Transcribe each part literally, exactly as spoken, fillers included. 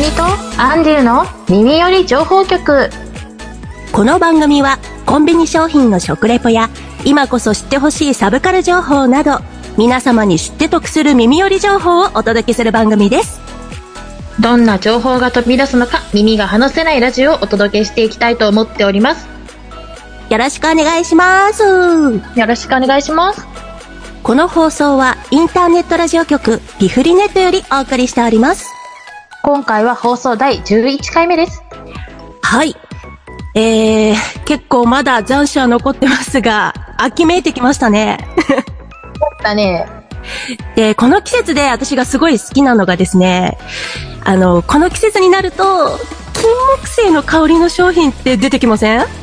みとアンデュの耳より情報局。 この番組はコンビニ商品の食レポや今こそ知ってほしいサブカル情報など、皆様に知って得する耳寄り情報をお届けする番組です。 どんな情報が飛び出すのか、耳が離せないラジオをお届けしていきたいと思っております。 よろしくお願いします。 よろしくお願いします。 この放送はインターネットラジオ局ピフリネットよりお送りしております。 今回は放送だいじゅういっかいめです。 はい。えー、結構まだ残暑は残ってますが、秋めいてきましたね。 だね。 で、この季節で私がすごい好きなのがですね、あの、この季節になると、金木犀の香りの商品って出てきません？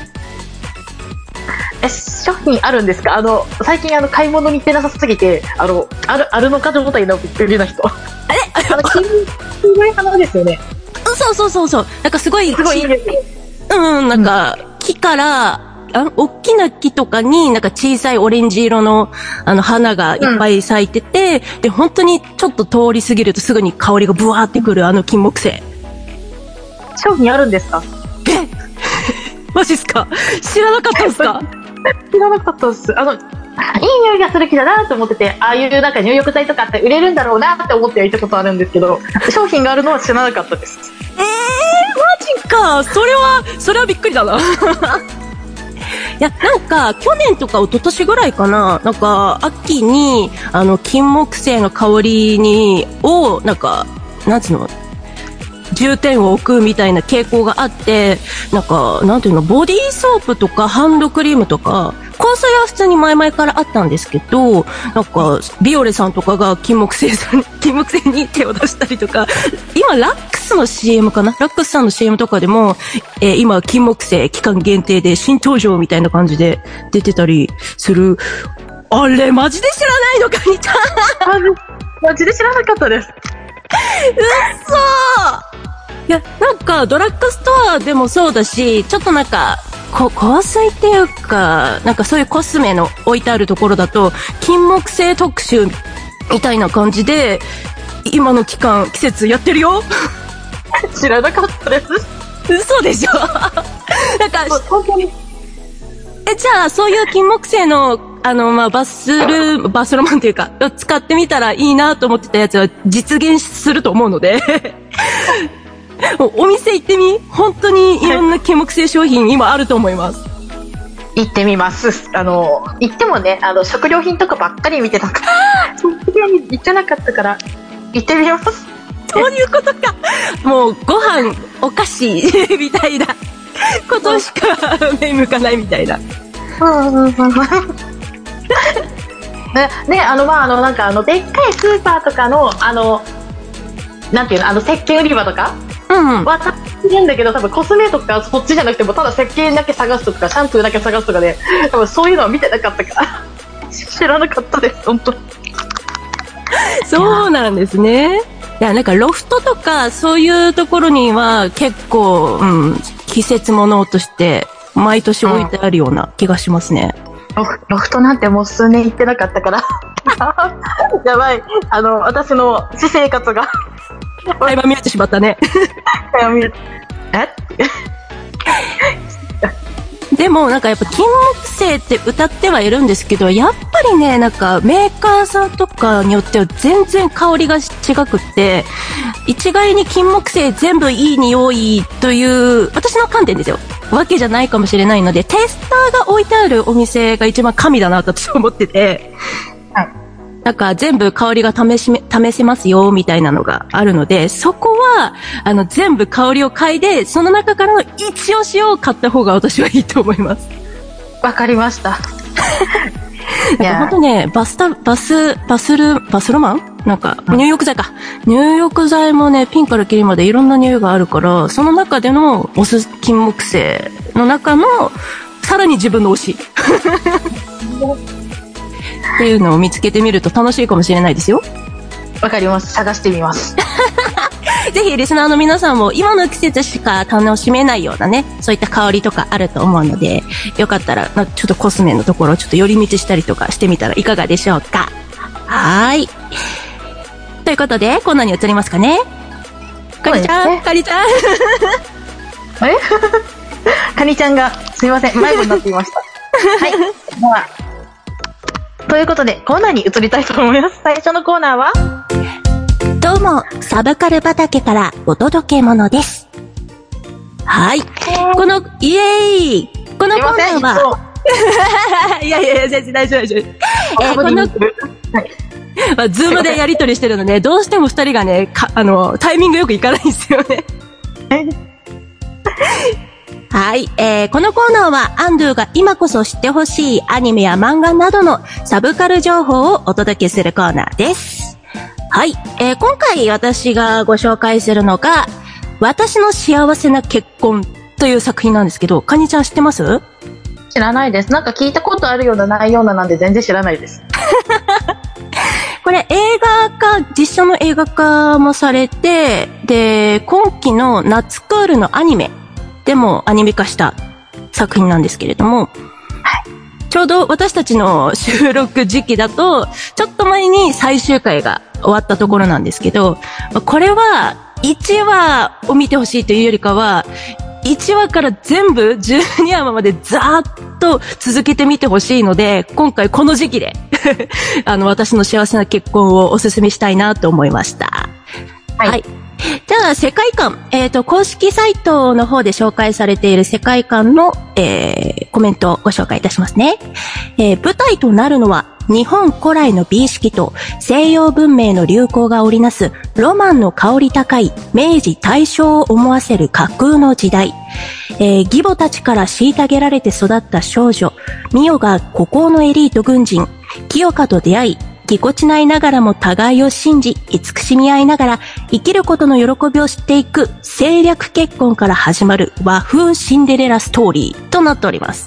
え、商品あるんですか？あの、最近あの、買い物に行ってなさすぎて、あの、ある、あるのかと思ったけど、びっくりな人。あれあの、黄色い花ですよね。 そうそうそうそう。なんかすごい、 すごいいいですね。 うん、なんか、木から、あ、大きな木とかになんか小さいオレンジ色のあの花がいっぱい咲いてて、うん、で、本当にちょっと通り過ぎるとすぐに香りがブワーってくるあの金木犀。 商品あるんですか？ えマジっすか？知らなかったんすか？ 知らなかったです。あの、いい匂いがする木だなと思ってて、ああいうなんか入浴剤とかって売れるんだろうなって思ってはいたことあるんですけど、商品があるのは知らなかったです。 えー、マジか。それは、それはびっくりだな。いや、なんか、去年とか一昨年ぐらいかな、なんか、秋に、あの、金木犀の香りに、を、なんか、なんつうの、重点を置くみたいな傾向があって、なんか、なんていうの、ボディーソープとかハンドクリームとか、香水は普通に前々からあったんですけど、なんか、ビオレさんとかが金木犀さん、金木犀に手を出したりとか、今、ラックスの シーエム かな？ラックスさんの シーエム とかでも、えー、今、金木犀期間限定で新登場みたいな感じで出てたりする。あれ、マジで知らないのか、にちゃん。 マジで知らなかったです。 うっそー。いや、なんか、ドラッグストアでもそうだし、ちょっとなんか、こ香水っていうか、なんかそういうコスメの置いてあるところだと、金木犀特集みたいな感じで、今の期間、季節やってるよ。 知らなかったです。 嘘でしょ？なんか、 本当に。 え、じゃあ、そういう金木犀の、あの、まあ、バスル、バスロマンっていうか、使ってみたらいいなと思ってたやつは実現すると思うので、お店行ってみ、本当にいろんな金木犀商品今あると思います。 行ってみます。あの、行ってもね、あの、食料品とかばっかり見てたから、食料に行ってなかったから、行ってみます。 そういうことか。もう、ご飯、お菓子、みたいなことしか目向かないみたいな。 ね、ね、あの、まあ、あの、なんか、あの、でっかいスーパーとかの、あの、なんていうの、あの、石鹸売り場とかうんはいるんだけど、多分コスメとかそっちじゃなくても、ただ石鹸だけ探すとか、シャンプーだけ探すとかで、多分そういうのは見てなかったから知らなかったです、本当。 そうなんですね。いや、なんかロフトとかそういうところには結構、うん、季節物として毎年置いてあるような気がしますね。 うん、ロフ、ロフトなんてもう数年行ってなかったからやばい、あの、私の私生活が垣間見えてしまったね。 垣間見ええでもなんかやっぱ金木犀って歌ってはいるんですけど、やっぱりね、なんかメーカーさんとかによっては全然香りが違くって、一概に金木犀全部いい匂いという私の観点ですよ、わけじゃないかもしれないので、テスターが置いてあるお店が一番神だなと私は思ってて、はい、なんか全部香りが試し、試せますよみたいなのがあるので、そこはあの全部香りを嗅いで、その中からの一押しを買った方が私はいいと思います。 わかりました。 なんか本当ね、バスタ、バス、バスル、バスロマンなんか、入浴剤か。入浴剤もね、ピンからキリまでいろんな匂いがあるから、その中でのおす、金木犀の中の、さらに自分の推し。っていうのを見つけてみると楽しいかもしれないですよ。 わかります。探してみます。 ぜひリスナーの皆さんも今の季節しか楽しめないようなね、そういった香りとかあると思うので、よかったらちょっとコスメのところちょっと寄り道したりとかしてみたらいかがでしょうか。はーい。ということでコーナーに移りますかね。 カニちゃん、ね、カニちゃんあれカニちゃんが、すいません、迷子になっていました。はい。では、ということで、コーナーに移りたいと思います。最初のコーナーはどうも、サブカル畑からお届け物です。はい。この、イエーイこのコーナーは、いやいやいや、全然大丈夫大丈夫。えー、この、はいまあ、ズームでやりとりしてるので、どうしても二人がね、か、あの、タイミングよくいかないんですよね。はい、えー、このコーナーは、アンドゥが今こそ知ってほしいアニメや漫画などのサブカル情報をお届けするコーナーです。はい、えー、今回私がご紹介するのが、私の幸せな結婚という作品なんですけど、カニちゃん知ってます？ 知らないです。なんか聞いたことあるようなないようななんで全然知らないです。 これ映画化、実写の映画化もされて、で、今期の夏クールのアニメでもアニメ化した作品なんですけれども、はい、ちょうど私たちの収録時期だと、ちょっと前に最終回が終わったところなんですけど、これはいちわを見てほしいというよりかは、いちわから全部じゅうにわまでざーっと続けてみてほしいので、今回この時期であの私の幸せな結婚をお勧めしたいなと思いました。はい。はい、じゃあ世界観、えっと公式サイトの方で紹介されている世界観の、えー、コメントをご紹介いたしますね。えー、舞台となるのは日本古来の美意識と西洋文明の流行が織りなすロマンの香り高い明治大正を思わせる架空の時代。えー、義母たちから虐げられて育った少女、ミオが孤高のエリート軍人、清香と出会い、ぎこちないながらも互いを信じ、慈しみ合いながら生きることの喜びを知っていく政略結婚から始まる和風シンデレラストーリーとなっております。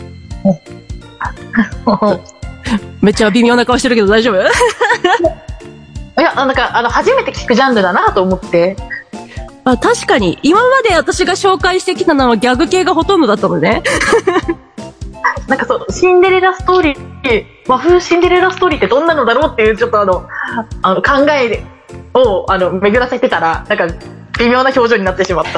めっちゃ微妙な顔してるけど大丈夫？いや、なんか、あの、初めて聞くジャンルだなと思って。 まあ、確かに、今まで私が紹介してきたのはギャグ系がほとんどだったのね。 なんかそう、シンデレラストーリー、和風シンデレラストーリーってどんなのだろうっていう、ちょっとあの、あの考えを、あの、巡らせてたら、なんか、微妙な表情になってしまった。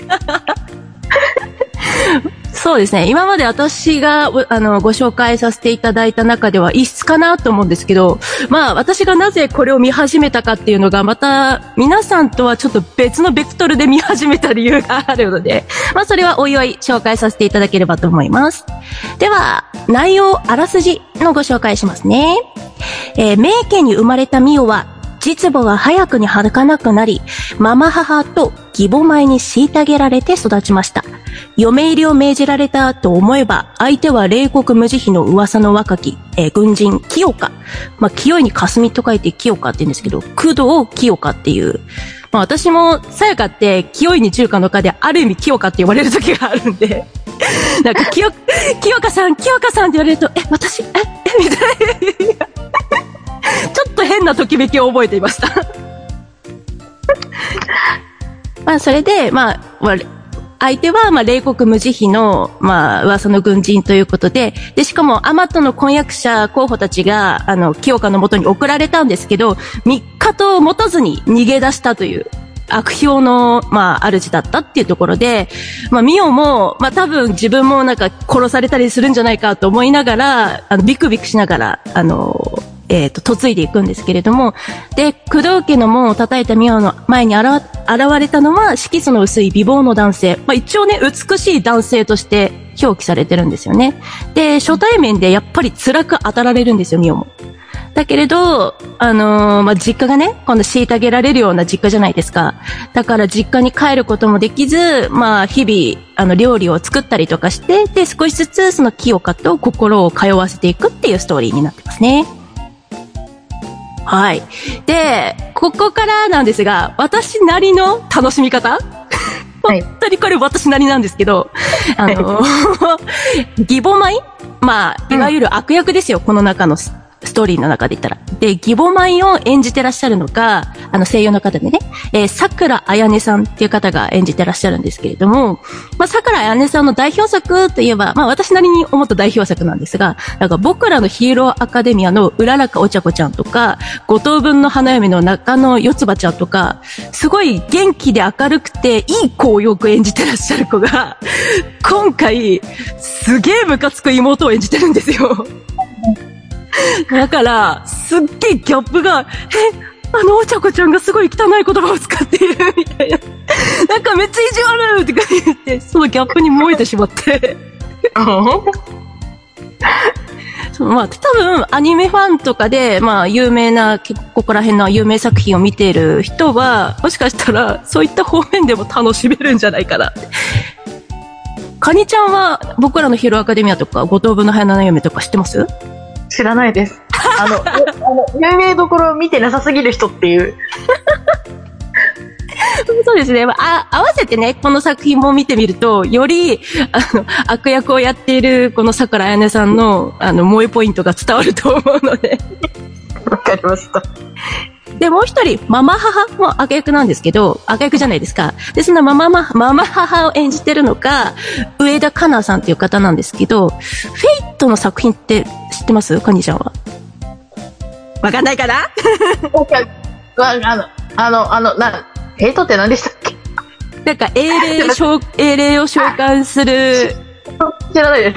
そうですね。今まで私が、あの、ご紹介させていただいた中では異質かなと思うんですけど、まあ、私がなぜこれを見始めたかっていうのが、また、皆さんとはちょっと別のベクトルで見始めた理由があるので、まあ、それはおいおい紹介させていただければと思います。では、内容、あらすじのご紹介しますね。えー、名家に生まれたミオは、実母が早くに儚くなり、ママ母と義母前に虐げられて育ちました。嫁入りを命じられたと思えば、相手は冷酷無慈悲の噂の若き、えー、軍人、清香。まあ、清いに霞と書いて清香って言うんですけど、工藤清香っていう。まあ、私も、さやかって、清いに中華の科で、ある意味清香って言われる時があるんで、なんか、清、清香さん、清香さんって言われると、え、私、え、え、みたいな。ちょっと変なときめきを覚えていました。まあ、それで、まあ、相手は、まあ、冷酷無慈悲の、まあ、噂の軍人ということで、で、しかも、アマトの婚約者候補たちが、あの、清香の元に送られたんですけど、みっかと持たずに逃げ出したという、悪評の、まあ、主だったっていうところで、まあ、ミオも、まあ、多分自分もなんか殺されたりするんじゃないかと思いながら、あの、ビクビクしながら、あの、えっと、嫁いでいくんですけれども、で、工藤家の門を叩いたミオの前に現、現れたのは、色素の薄い美貌の男性。まあ、一応ね、美しい男性として表記されてるんですよね。で、初対面でやっぱり辛く当たられるんですよ、ミオも。だけれど、あのー、まあ、実家がね、今度虐げられるような実家じゃないですか。だから実家に帰ることもできず、まあ、日々、あの、料理を作ったりとかして、で、少しずつその清香と心を通わせていくっていうストーリーになってますね。はい。で、ここからなんですが、私なりの楽しみ方、はい、本当にこれ私なりなんですけど、あの、義母米まあ、いわゆる悪役ですよ、うん、この中のスストーリーの中で言ったら。で、義母舞を演じてらっしゃるのが、あの声優の方でね、えー、桜彩音さんっていう方が演じてらっしゃるんですけれども、まあ、桜彩音さんの代表作といえば、まあ、私なりに思った代表作なんですが、なんか僕らのヒーローアカデミアのうららかお茶子ちゃんとか、五等分の花嫁の中野四つ葉ちゃんとか、すごい元気で明るくていい子をよく演じてらっしゃる子が、今回、すげえムカつく妹を演じてるんですよ。だから、すっげえギャップが、え、あのお茶子ちゃんがすごい汚い言葉を使っているみたいな。なんかめっちゃ意地悪って言って、そのギャップに燃えてしまって。そのまあ、多分、アニメファンとかで、まあ、有名な、ここら辺の有名作品を見ている人は、もしかしたら、そういった方面でも楽しめるんじゃないかな。カニちゃんは、僕らのヒーローアカデミアとか、五等分の花の嫁とか知ってます？ 知らないです。あの、あの有名どころを見てなさすぎる人っていう。 そうですね。あ、合わせてね、この作品も見てみると、より、あの、悪役をやっている、この桜彩音さんの、あの、萌えポイントが伝わると思うので。 わかりました。 で、もう一人、ママ母も悪役なんですけど、悪役じゃないですか。で、そのママ、ママ母を演じてるのが、上田香奈さんっていう方なんですけど、フェイトの作品って知ってます？カニちゃんは。わかんないかな？ あの、あの、あの、な、フェイトって何でしたっけ？ なんか、英霊、英霊を召喚する。 知らないです。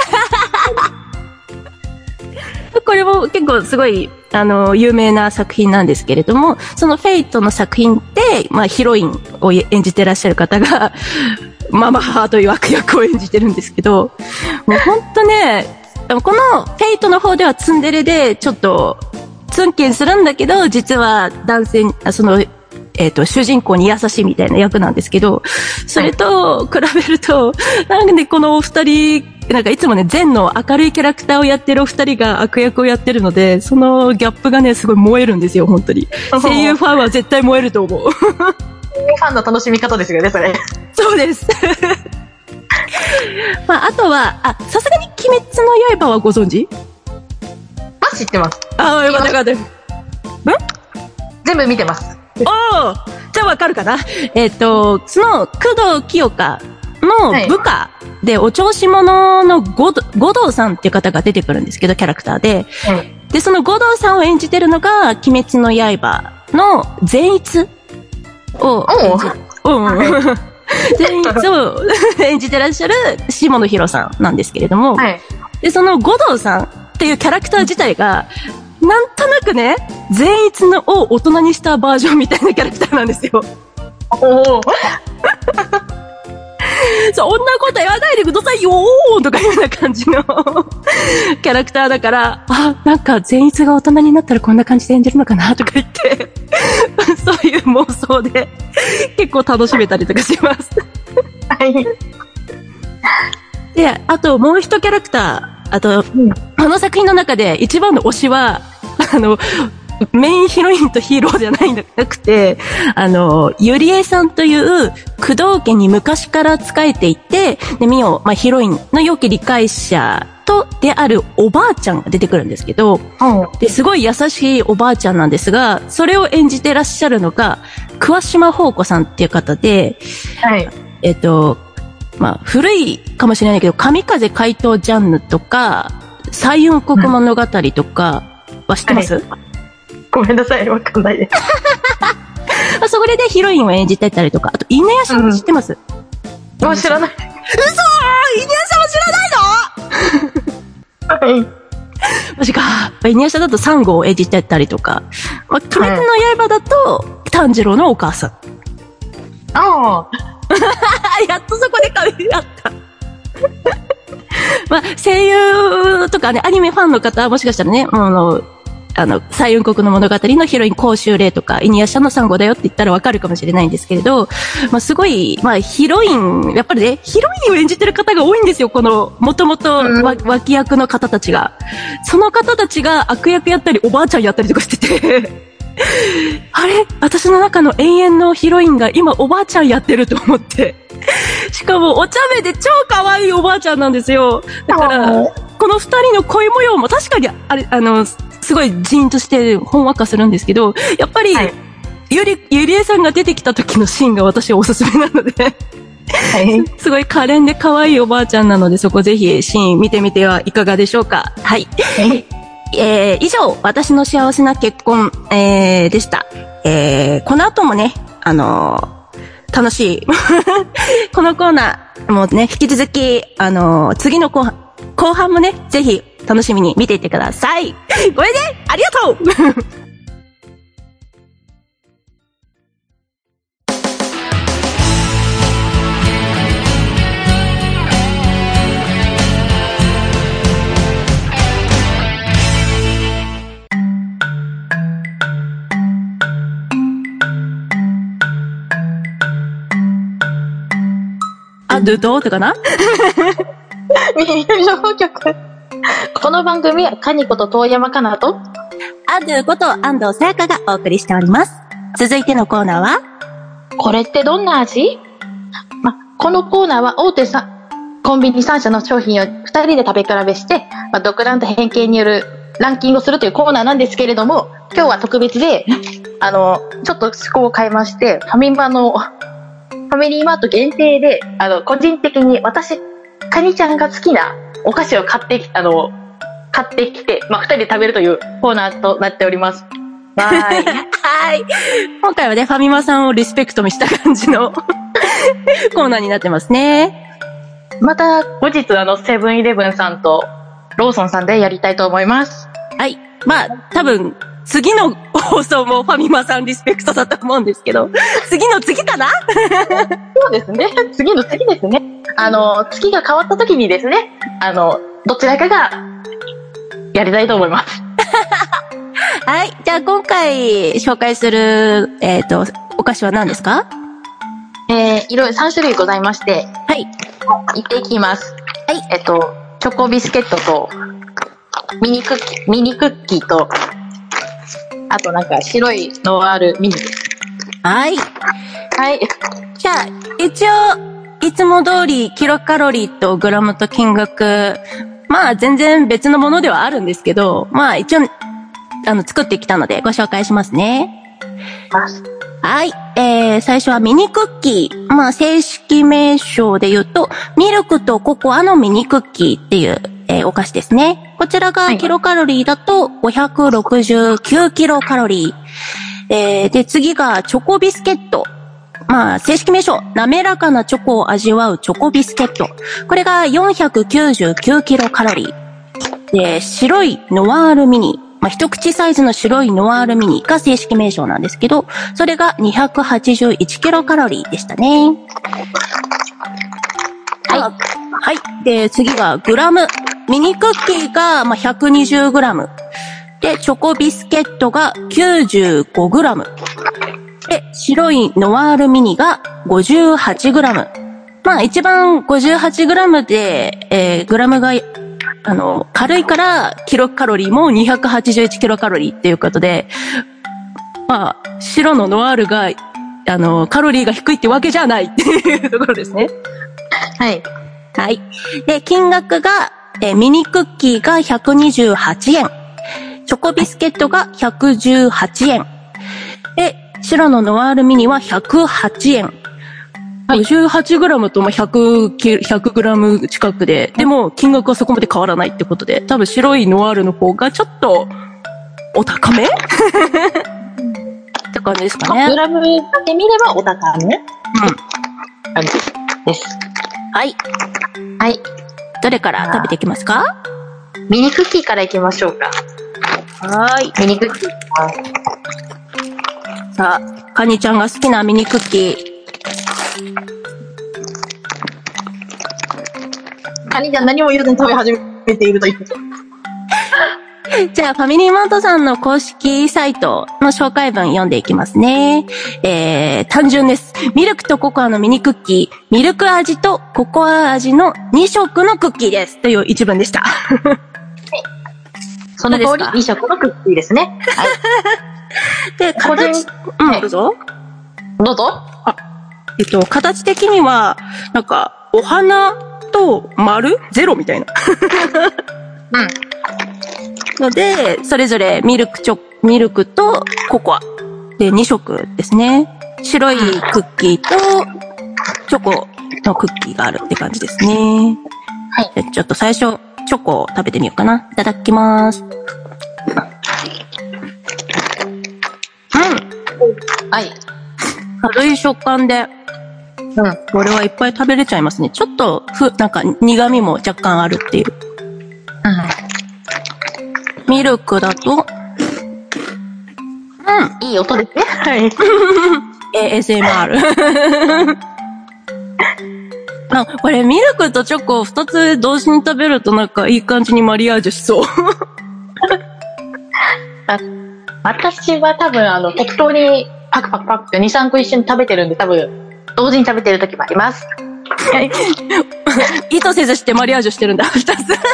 これも結構すごい、あの、有名な作品なんですけれども、そのフェイトの作品で、まあ、ヒロインを演じてらっしゃる方が、ママ母という悪役を演じてるんですけど、もうほんとね、このフェイトの方ではツンデレで、ちょっと、ツンケンするんだけど、実は男性、その、えっと、主人公に優しいみたいな役なんですけど、それと比べると、なんでこのお二人、なんかいつもね、善の明るいキャラクターをやってるお二人が悪役をやってるので、そのギャップがね、すごい燃えるんですよ、本当に。声優ファンは絶対燃えると思う。 ファンの楽しみ方ですよね、それ。 そうです。まあ、あとは、あ、さすがに鬼滅の刃はご存知？ あ、知ってます。 ああ、よかったよかった。ん？ 全部見てます。 おー！じゃあわかるかな？えっと、その、工藤清香の部下で、お調子者の五道さんっていう方が出てくるんですけど、キャラクターで。はい、で、その五道さんを演じてるのが、鬼滅の刃の善逸を演じ、うん。善逸を演じてらっしゃる下野紘さんなんですけれども、はい、で、その五道さんっていうキャラクター自体が、なんとなくね、善逸のを大人にしたバージョンみたいなキャラクターなんですよ。おーそんなこと言わないでくださいよーとかいうような感じのキャラクターだから、あ、なんか善逸が大人になったらこんな感じで演じるのかなとか言って、そういう妄想で結構楽しめたりとかします。はい。で、あともう一キャラクター、あと、うん、この作品の中で一番の推しは、あの、メインヒロインとヒーローじゃないんじゃなくて、あの、ゆりえさんという工藤家に昔から仕えていて、で、みお、まあ、ヒロインの良き理解者とであるおばあちゃんが出てくるんですけど、うん、で、すごい優しいおばあちゃんなんですが、それを演じてらっしゃるのが、桑島宝子さんっていう方で、はい。えっと、まあ、古いかもしれないけど、神風怪盗ジャンヌとか、彩雲国物語とかは知ってます？うん、はい、 ごめんなさい、わかんないです。 まあ、それでヒロインを演じてたりとか、あと、犬屋さん知ってます？ うん、あ、知らない。 嘘ー！犬屋さんも知らないの？はい。マジか。犬屋さんだとサンゴを演じてたりとか、まあ、鬼滅の刃だと、炭治郎のお母さん。 ああ。 やっとそこで噛み合った。まあ、声優とかね、アニメファンの方はもしかしたらね、あの、あの、彩雲国の物語のヒロイン甲州霊とか、犬夜叉のサンゴだよって言ったらわかるかもしれないんですけれど、まあ、すごい、まあ、ヒロイン、やっぱりね、ヒロインを演じてる方が多いんですよ、この、もともと脇役の方たちが。その方たちが悪役やったり、おばあちゃんやったりとかしてて、 あれ私の中の永遠のヒロインが今おばあちゃんやってると思って。しかもお茶目で超可愛いおばあちゃんなんですよ。だから、この二人の恋模様も確かに、あれ、あの、すごいジーンとしてほんわかするんですけど、やっぱり、はい、ゆり、ゆりえさんが出てきた時のシーンが私はおすすめなので、はい、すごい可憐で可愛いおばあちゃんなので、そこぜひシーン見てみてはいかがでしょうか。はい。はいえー、以上、私の幸せな結婚、えー、でした。えー、この後もね、あのー、楽しい。このコーナー、もうね、引き続き、あのー、次の後半、後半もね、ぜひ楽しみに見ていってください。これで、ありがとうあ、ど、どうとかな耳の情報局。この番組は、カニこと遠山かなと、 アドゥこと安藤さやかがお送りしております。続いてのコーナーは、 これってどんな味？ま、このコーナーは大手さ、コンビニさん社の商品をふたりで食べ比べして、ま、独断と偏見によるランキングをするというコーナーなんですけれども、今日は特別で、あの、ちょっと趣向を変えまして、ファミマの、ファミリーマート限定で、あの、個人的に私、カニちゃんが好きなお菓子を買ってき、あの、買ってきて、まあ、二人で食べるというコーナーとなっております。はーい。 はい。今回はね、ファミマさんをリスペクトにした感じのコーナーになってますね。 また、後日、あの、セブンイレブンさんとローソンさんでやりたいと思います。 はい。まあ、多分、次の放送もファミマさんリスペクトだと思うんですけど、次の次かなそうですね。次の次ですね。あの、月が変わった時にですね、あの、どちらかがやりたいと思います。 はい。じゃあ今回紹介する、えっと、お菓子は何ですか？ えー、いろいろさん種類ございまして、 はい。 言っていきます。 はい。 えっと、チョコビスケットと、ミニクッキー、ミニクッキーと、あとなんか白いノワールミニです。 はい。 はい。 じゃあ、一応、いつも通りキロカロリーとグラムと金額、まあ全然別のものではあるんですけど、まあ一応、あの、作ってきたのでご紹介しますね。はい。えー、最初はミニクッキー。まあ正式名称で言うと、ミルクとココアのミニクッキーっていう、えー、お菓子ですね。こちらがキロカロリーだとごひゃくろくじゅうきゅうキロカロリー。えー、で、次がチョコビスケット。まあ、正式名称、滑らかなチョコを味わうチョコビスケット。これがよんひゃくきゅうじゅうきゅうキロカロリー。で、白いノワールミニ。まあ、一口サイズの白いノワールミニが正式名称なんですけど、それがにひゃくはちじゅういちキロカロリーでしたね。はい。はい。で、次がグラム。ミニクッキーが、まあ、ひゃくにじゅうグラム。で、チョコビスケットがきゅうじゅうごグラム。で、白いノワールミニが ごじゅうはちグラム。まあ一番 ごじゅうはちグラム で、えー、グラムが、あの、軽いからキロカロリーもにひゃくはちじゅういちキロカロリーっていうことで、まあ、白のノワールが、あの、カロリーが低いってわけじゃないっていうところですね。 はい。 はい。で、金額が、えー、ミニクッキーがひゃくにじゅうはちえん。チョコビスケットがひゃくじゅうはちえん。で、白のノワールミニはひゃくはちえん。はい、ごじゅうはちグラム とひゃく、ひゃくグラム 近くで、でも金額はそこまで変わらないってことで、多分白いノワールの方がちょっとお高めって感じですかね。 グラムで見ればお高め。うん。感じです。 はい。 はい。 どれから食べていきますか？ ミニクッキーからいきましょうか。 はい。 ミニクッキー。 さあ、カニちゃんが好きなミニクッキー。 カニちゃん何も言わずに食べ始めているという。 じゃあ、ファミリーマートさんの公式サイトの紹介文読んでいきますね。えー、単純です。ミルクとココアのミニクッキー、ミルク味とココア味のに色のクッキーです。という一文でした。 その通りに色のクッキーですね。はい。 で、 個人形、うん、どうぞ。 どうぞ。 あ、えっと、形的には、なんか、お花と丸ゼロみたいな。 うん。 ので、それぞれミルクチョ、ミルクとココア。で、に色ですね。白いクッキーと、チョコのクッキーがあるって感じですね。 はい。 でちょっと最初、チョコを食べてみようかな。いただきます。うん。 はい。 軽い食感で、 うん。 これはいっぱい食べれちゃいますね。ちょっと、ふ、なんか苦味も若干あるっていう。 うん。 ミルクだと、 うん。いい音ですね。はい。 エーエスエムアール。あ、これミルクとチョコを二つ同時に食べるとなんかいい感じにマリアージュしそう。 あ、私は多分あの適当にパクパクパクってに、さんこ一緒に食べてるんで多分同時に食べてる時もあります。 意図せずしてマリアージュしてるんだ、二つ。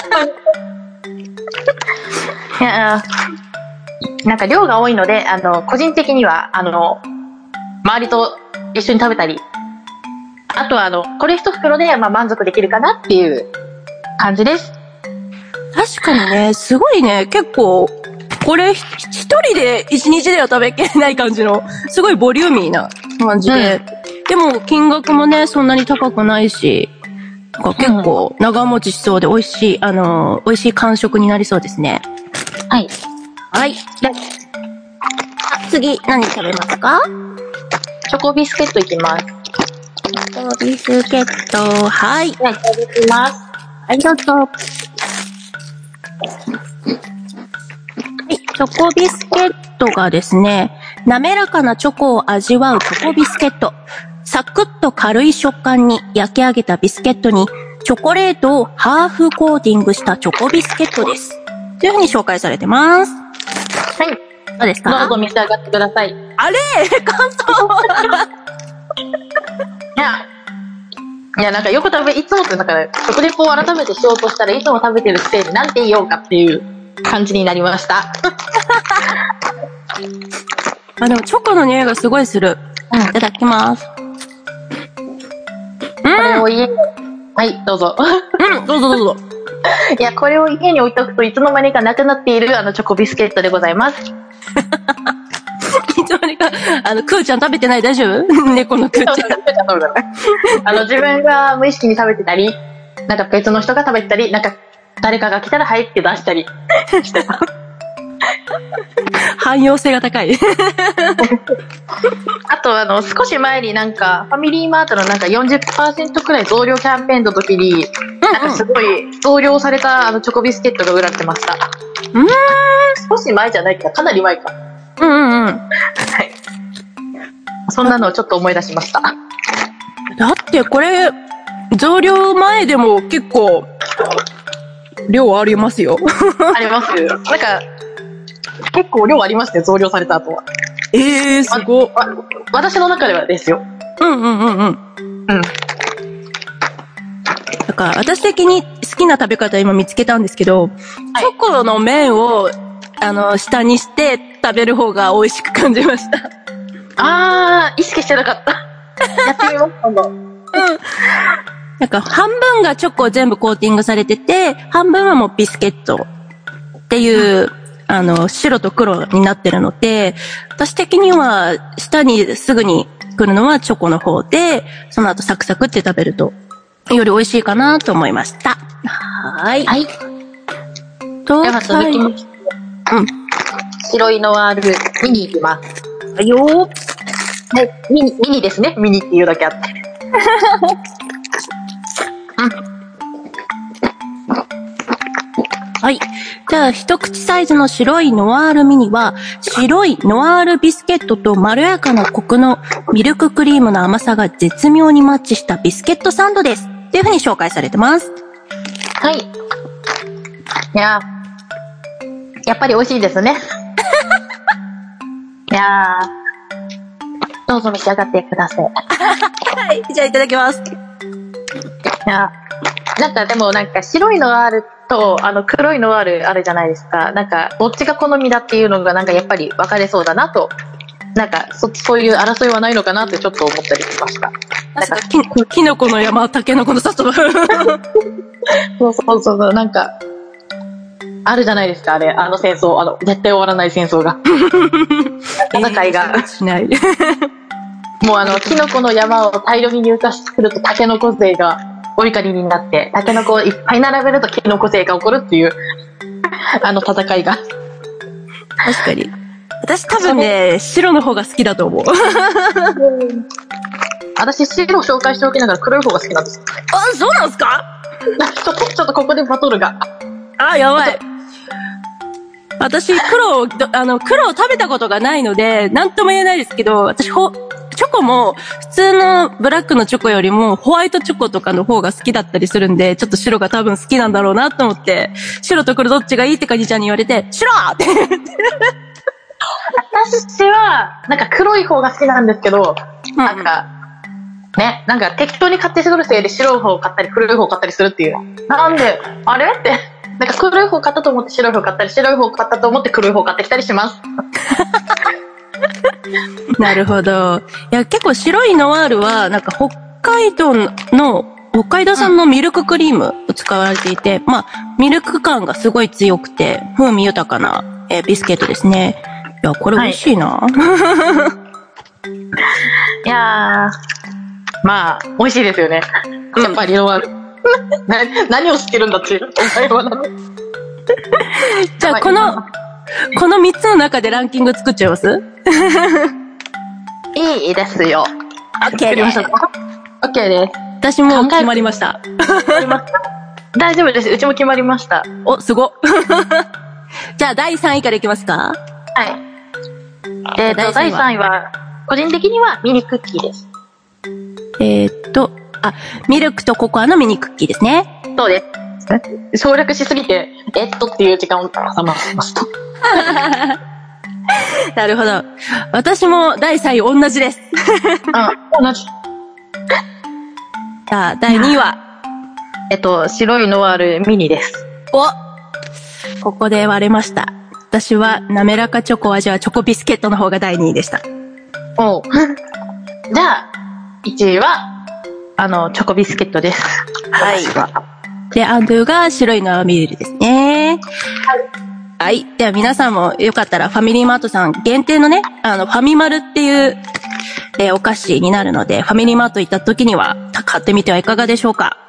いや、なんか量が多いので、あの、個人的には、あの、周りと一緒に食べたり、あとはあの、これ一袋で、まあ、満足できるかなっていう感じです。 確かにね、すごいね、結構、これ一人で一日では食べきれない感じの、すごいボリューミーな感じで、うん、でも金額もね、そんなに高くないし、なんか結構長持ちしそうで美味しい、あの、美味しい完食になりそうですね。 はい。 はい。で、次、何食べますか？ チョコビスケットいきます。 チョコビスケット、はい。 いただきます。 はい、どうぞ。はい、チョコビスケットがですね、滑らかなチョコを味わうチョコビスケット。サクッと軽い食感に焼き上げたビスケットに、チョコレートをハーフコーティングしたチョコビスケットです。というふうに紹介されてます。 はい。 どうですか？ どうぞ召し上がってください。 あれ感想いや、いやなんかよく食べ、いつもってなんか食レポを改めてしようとしたらいつも食べてるステージなんて言おうかっていう感じになりました。 あ、でもチョコの匂いがすごいする。うん、いただきます。 これを家に、はい、どうぞ。 うん、どうぞどうぞ。 いや、これを家に置いとくといつの間にかなくなっているあのチョコビスケットでございます。 いつの間にか、あの、クーちゃん食べてない？大丈夫？猫のクーちゃん。 あの、自分が無意識に食べてたり、なんか別の人が食べてたり、なんか誰かが来たら入って出したりしてた。 汎用性が高い。 あとあの少し前になんかファミリーマートのなんか よんじゅっパーセント くらい増量キャンペーンの時に、うんうん、なんかすごい増量されたあのチョコビスケットが売られてました。 うーん、 少し前じゃないか、かなり前か。 うんうんうん。 はい。そんなのをちょっと思い出しました。 だってこれ増量前でも結構量ありますよ。 ありますよ。なんか結構量ありましたよ、増量された後は。 えー、すごい。 私の中ではですよ。 うんうんうんうん。うん。だから私的に好きな食べ方今見つけたんですけど、はい、チョコの麺をあの下にして食べる方が美味しく感じました。 あー、意識してなかった。やってみます、今度。うん。 なんか半分がチョコ全部コーティングされてて、半分はもうビスケットっていう、うん、あの、白と黒になってるので、私的には、下にすぐに来るのはチョコの方で、その後サクサクって食べると、より美味しいかなと思いました。はーい。 はい。 と、 では続きまして、うん。白いノワール、ミニいきます。 はいよー。 はい、ミニ、ミニですね。ミニっていうだけあって。うん。 はい。じゃあ、一口サイズの白いノワールミニは、白いノワールビスケットとまろやかなコクのミルククリームの甘さが絶妙にマッチしたビスケットサンドです。っていう風に紹介されてます。 はい。いやー、やっぱり美味しいですね。いやー、どうぞ召し上がってください。 はい。じゃあ、いただきます。いや、なんかでもなんか白いノワールと、あの、黒いノワールあるじゃないですか。なんか、どっちが好みだっていうのが、なんかやっぱり分かれそうだなと。なんか、そ、そういう争いはないのかなってちょっと思ったりしました。なんか、 き、きのこの山、たけのこの里。 そうそうそう、なんか、あるじゃないですか、あれ、あの戦争、あの、絶対終わらない戦争が。戦いが。 しない。 もうあの、キノコの山を大量に入荷してくると、タケノコ勢がお怒りになって、タケノコをいっぱい並べるとキノコ勢が起こるっていう、あの戦いが。 確かに。私多分ね、白の方が好きだと思う。 私、白を紹介しておきながら黒い方が好きなんです。 あ、そうなんすか？ ちょっと、ちょっとここでバトルが。 あ、やばい。私、黒を、あの、黒を食べたことがないので、なんとも言えないですけど、私、ほ、チョコも、普通のブラックのチョコよりも、ホワイトチョコとかの方が好きだったりするんで、ちょっと白が多分好きなんだろうなと思って、白と黒どっちがいいってかじちゃんに言われて、白って言って。 私は、なんか黒い方が好きなんですけど、うん、なんか、ね、なんか適当に買ってくるせいで白い方を買ったり黒い方を買ったりするっていう。なんで、あれって、なんか黒い方買ったと思って白い方買ったり、白い方買ったと思って黒い方買ってきたりします。 なるほど。いや、結構白いノワールは、なんか北海道の、北海道産のミルククリームを使われていて、うん、まあ、ミルク感がすごい強くて、風味豊かな、えー、ビスケットですね。いや、これ美味しいな。はい、 いやー、まあ、美味しいですよね。やっぱりノワール。な何を知ってるんだっていう。お前は何じゃあ、この、このみっつの中でランキング作っちゃいます？ いいですよ。 OK です。 OK です。 私も決まりました。 大丈夫です。うちも決まりました。 お、すご。じゃあ、だいさんいからいきますか？ はい。えっと、だいさんいは、個人的にはミニクッキーです。 えー、っと、あ、ミルクとココアのミニクッキーですね。 そうです。省略しすぎて、えっとっていう時間を挟ませました。 なるほど。私もだいさんい同じです。 あ、同じ。 じゃあ、だいにいはえっと、白いノワールミニです。 お！ここで割れました。私は滑らかチョコ味はチョコビスケットの方がだいにいでした。 おう。じゃあ、いちいは、あの、チョコビスケットです。 はい。で、アンドゥが白いのミルですね。はい。はい。では皆さんもよかったらファミリーマートさん限定のね、あの、ファミマルっていう、えー、お菓子になるので、ファミリーマート行った時には買ってみてはいかがでしょうか？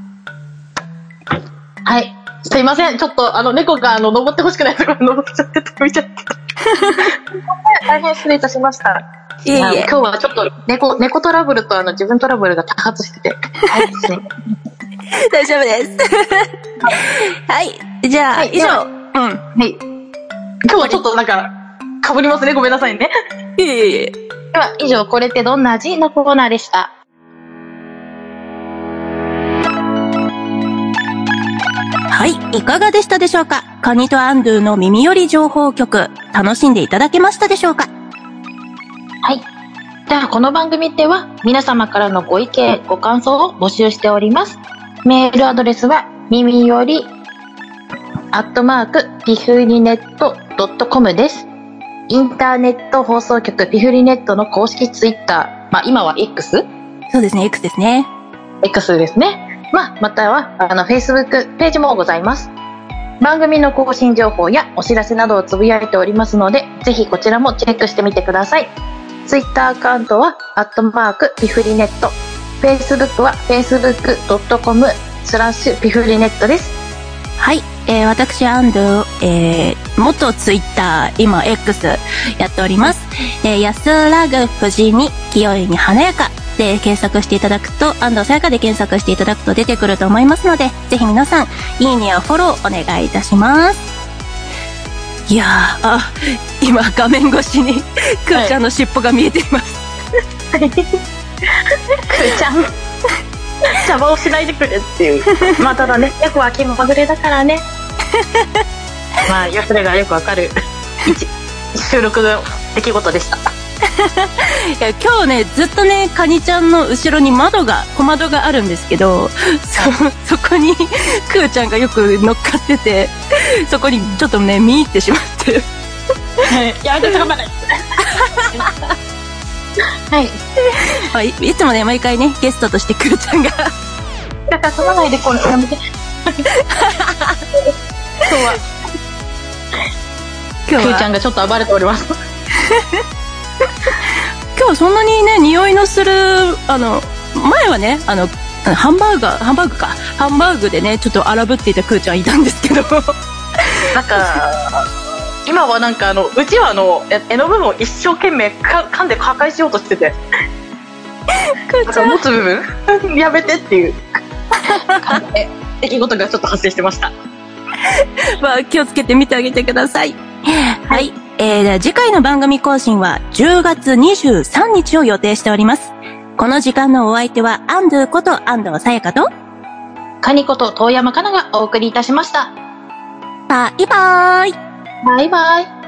はい。すいません。ちょっと、あの、猫が、あの、登ってほしくないところ登っちゃって飛びちゃって。大変失礼いたしました。いえいえ。今日はちょっと、猫、猫トラブルと、あの、自分トラブルが多発してて。はい。 大丈夫です。はい。じゃあ、はい、以上。うん。 はい。今日はちょっとなんか、被りますね。ごめんなさいね。 いえいえいえ。 では、以上、これってどんな味のコーナーでした。 はい。いかがでしたでしょうか？カニとアンドゥの耳寄り情報局、楽しんでいただけましたでしょうか？ はい。では、この番組では、皆様からのご意見、ご感想を募集しております。メールアドレスは、耳より、アットマーク、ピフリネットドットコムです。インターネット放送局ピフリネットの公式ツイッター、まあ今は X？ そうですね、X ですね。 X ですね。まあ、または、あの、Facebook ページもございます。番組の更新情報やお知らせなどをつぶやいておりますので、ぜひこちらもチェックしてみてください。ツイッターアカウントは、アットマーク、ピフリネット。Facebook は、facebook ドットコム スラッシュピフリネットです。 はい。えー、私、アンドゥ、えー、元ツイッター、今 X やっております。えー、安らぐ藤に清いに華やかで検索していただくと、安藤さやかで検索していただくと出てくると思いますので、ぜひ皆さん、いいねやフォローお願いいたします。いやー、あ、今画面越しに、くーちゃんの尻尾が見えています。 はい、くーちゃん。邪魔をしないでくれっていう。まあただね、猫は気まぐれだからね。まあ、それがよくわかる収録の出来事でした。 いや、今日ね、ずっとね、カニちゃんの後ろに窓が、小窓があるんですけど、そ、そこに、クーちゃんがよく乗っかってて、そこにちょっとね、見入ってしまって。 やめて、頑張れ。はい。 まあい。いつもね、毎回ね、ゲストとしてクーちゃんが。 だから、飛ばないで、これ、やめて。今日は、今日は、クーちゃんがちょっと暴れております。 今日そんなにね、匂いのする、あの、前はね、あの、ハンバーガー、ハンバーグか。ハンバーグでね、ちょっと荒ぶっていたクーちゃんいたんですけど。 なんか、今はなんかあの、うちはあの、絵の部分を一生懸命か噛んで破壊しようとしてて。クーちゃん。持つ部分やめてっていう。出来事がちょっと発生してました。 まあ、気をつけて見てあげてください。はい。はい、えー、次回の番組更新はじゅうがつにじゅうさんにちを予定しております。この時間のお相手は、アンドゥこと安藤さやかと、 カニこと遠山かながお送りいたしました。 バイバーイ。 バイバイ。